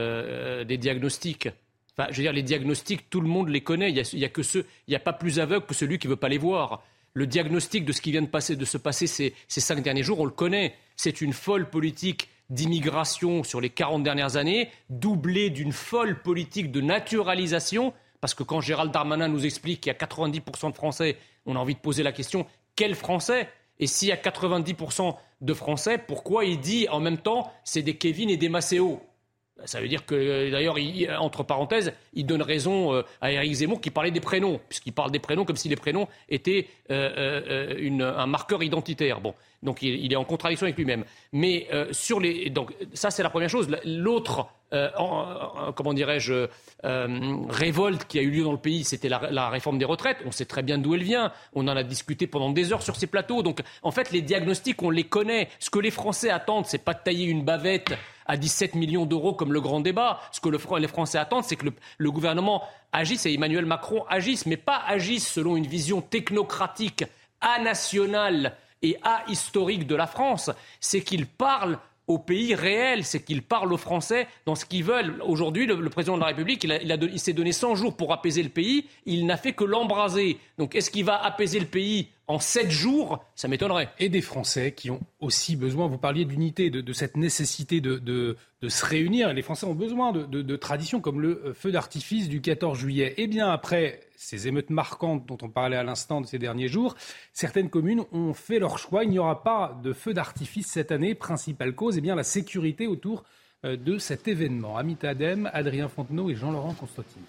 des diagnostics. Enfin, je veux dire, les diagnostics, tout le monde les connaît. Il y a pas plus aveugle que celui qui veut pas les voir. Le diagnostic de ce qui vient de se passer ces 5 derniers jours, on le connaît. C'est une folle politique d'immigration sur les 40 dernières années, doublée d'une folle politique de naturalisation. Parce que quand Gérald Darmanin nous explique qu'il y a 90% de Français, on a envie de poser la question, quels Français ? Et s'il y a 90% de Français, pourquoi il dit en même temps c'est des Kevin et des Maceo ? Ça veut dire que, d'ailleurs, entre parenthèses, il donne raison à Éric Zemmour qui parlait des prénoms, puisqu'il parle des prénoms comme si les prénoms étaient un marqueur identitaire. Bon, donc il est en contradiction avec lui-même. Mais donc ça, c'est la première chose. L'autre, révolte qui a eu lieu dans le pays, c'était la réforme des retraites. On sait très bien d'où elle vient. On en a discuté pendant des heures sur ces plateaux. Donc, en fait, les diagnostics, on les connaît. Ce que les Français attendent, c'est pas de tailler une bavette à 17 millions d'euros comme le grand débat. Ce que les Français attendent, c'est que le gouvernement agisse et Emmanuel Macron agisse, mais pas agisse selon une vision technocratique, anationale et ahistorique de la France. C'est qu'il parle au pays réel, c'est qu'ils parlent aux Français dans ce qu'ils veulent. Aujourd'hui, le président de la République, il s'est donné 100 jours pour apaiser le pays, il n'a fait que l'embraser. Donc est-ce qu'il va apaiser le pays en 7 jours ? Ça m'étonnerait.
Et des Français qui ont aussi besoin, vous parliez d'unité, de cette nécessité de se réunir. Et les Français ont besoin de traditions comme le feu d'artifice du 14 juillet. Eh bien, après ces émeutes marquantes dont on parlait à l'instant de ces derniers jours, certaines communes ont fait leur choix. Il n'y aura pas de feu d'artifice cette année. Principale cause, eh bien, la sécurité autour de cet événement. Amit Adem, Adrien Fontenot et Jean-Laurent Constantini.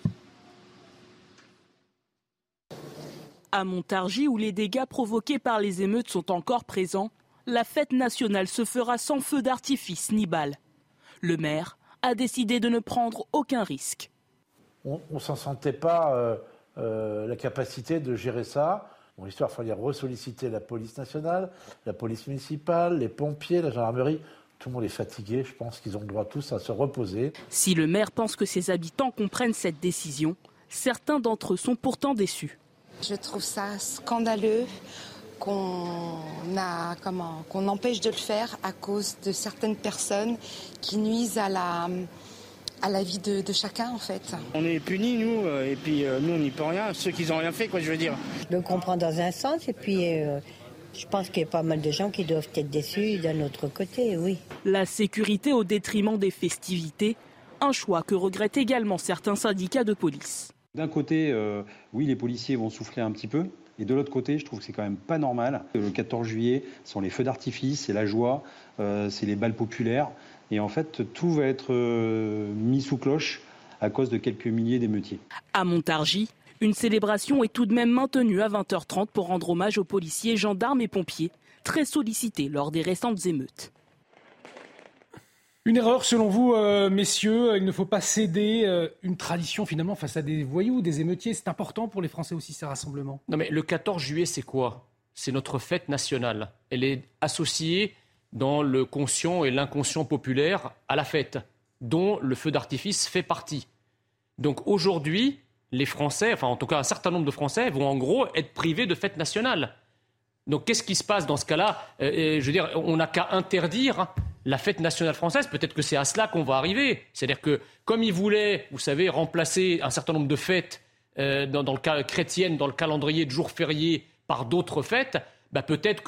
À Montargis, où les dégâts provoqués par les émeutes sont encore présents, la fête nationale se fera sans feu d'artifice ni balles. Le maire a décidé de ne prendre aucun risque.
On ne s'en sentait pas la capacité de gérer ça. Bon, l'histoire, il fallait ressolliciter la police nationale, la police municipale, les pompiers, la gendarmerie. Tout le monde est fatigué, je pense qu'ils ont le droit tous à se reposer.
Si le maire pense que ses habitants comprennent cette décision, certains d'entre eux sont pourtant déçus.
Je trouve ça scandaleux qu'on empêche de le faire à cause de certaines personnes qui nuisent à la vie de chacun, en fait.
On est punis, nous, et puis nous, on n'y peut rien. Ceux qui n'ont rien fait, quoi, je veux dire.
Je le comprends dans un sens, et puis je pense qu'il y a pas mal de gens qui doivent être déçus d'un autre côté, oui.
La sécurité au détriment des festivités, un choix que regrettent également certains syndicats de police.
D'un côté, oui, les policiers vont souffler un petit peu. Et de l'autre côté, je trouve que c'est quand même pas normal. Le 14 juillet, ce sont les feux d'artifice, c'est la joie, c'est les balles populaires. Et en fait, tout va être mis sous cloche à cause de quelques milliers d'émeutiers.
À Montargis, une célébration est tout de même maintenue à 20h30 pour rendre hommage aux policiers, gendarmes et pompiers, très sollicités lors des récentes émeutes.
Une erreur selon vous, messieurs, il ne faut pas céder une tradition finalement face à des voyous, des émeutiers. C'est important pour les Français aussi ces rassemblements.
Non mais le 14 juillet c'est quoi ? C'est notre fête nationale. Elle est associée dans le conscient et l'inconscient populaire à la fête, dont le feu d'artifice fait partie. Donc aujourd'hui, les Français, enfin en tout cas un certain nombre de Français vont en gros être privés de fête nationale. Donc qu'est-ce qui se passe dans ce cas-là ? Je veux dire, on n'a qu'à interdire la fête nationale française. Peut-être que c'est à cela qu'on va arriver. C'est-à-dire que comme ils voulaient, vous savez, remplacer un certain nombre de fêtes dans le cas chrétienne, dans le calendrier de jours fériés par d'autres fêtes, peut-être que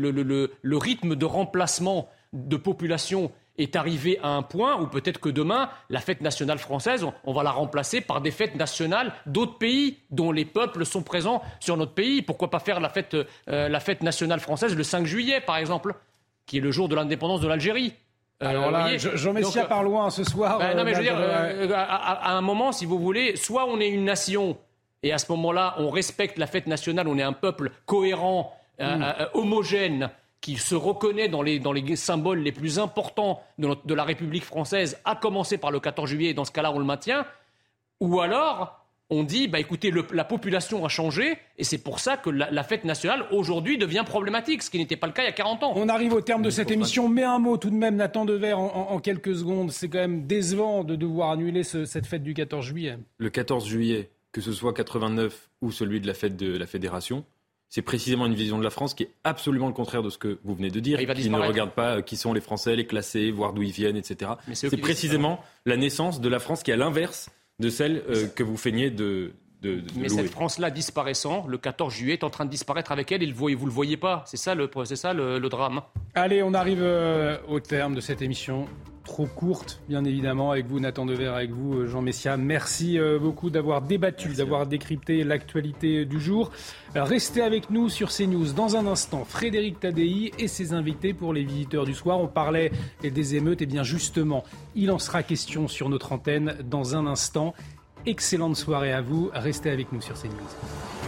le rythme de remplacement de population est arrivé à un point où peut-être que demain, la fête nationale française, on va la remplacer par des fêtes nationales d'autres pays dont les peuples sont présents sur notre pays. Pourquoi pas faire la fête nationale française le 5 juillet, par exemple, qui est le jour de l'indépendance de l'Algérie.
Alors là, Jean Messia part loin ce soir.
Non, mais je veux dire, à un moment, si vous voulez, soit on est une nation, et à ce moment-là, on respecte la fête nationale, on est un peuple cohérent, homogène, qui se reconnaît dans les symboles les plus importants de la République française, à commencer par le 14 juillet, et dans ce cas-là, on le maintient. Ou alors, on dit, écoutez, la population a changé, et c'est pour ça que la fête nationale, aujourd'hui, devient problématique, ce qui n'était pas le cas il y a 40 ans.
On arrive au terme de cette émission, mais un mot tout de même, Nathan Dever, en quelques secondes. C'est quand même décevant de devoir annuler cette fête du 14 juillet.
Le 14 juillet, que ce soit 89 ou celui de la fête de la Fédération, c'est précisément une vision de la France qui est absolument le contraire de ce que vous venez de dire, qui ne regarde pas qui sont les Français, les classés, voir d'où ils viennent, etc. C'est précisément la naissance de la France qui est à l'inverse de celle que vous feignez de
Mais
louer.
cette France-là disparaissant, le 14 juillet est en train de disparaître avec elle et vous ne le voyez pas. C'est ça le drame.
Allez, on arrive au terme de cette émission. Trop courte, bien évidemment, avec vous, Nathan Dever, avec vous, Jean Messia. Merci beaucoup d'avoir débattu, d'avoir décrypté l'actualité du jour. Restez avec nous sur CNews. Dans un instant, Frédéric Tadei et ses invités pour les visiteurs du soir. On parlait des émeutes, et bien justement, il en sera question sur notre antenne dans un instant. Excellente soirée à vous. Restez avec nous sur CNews.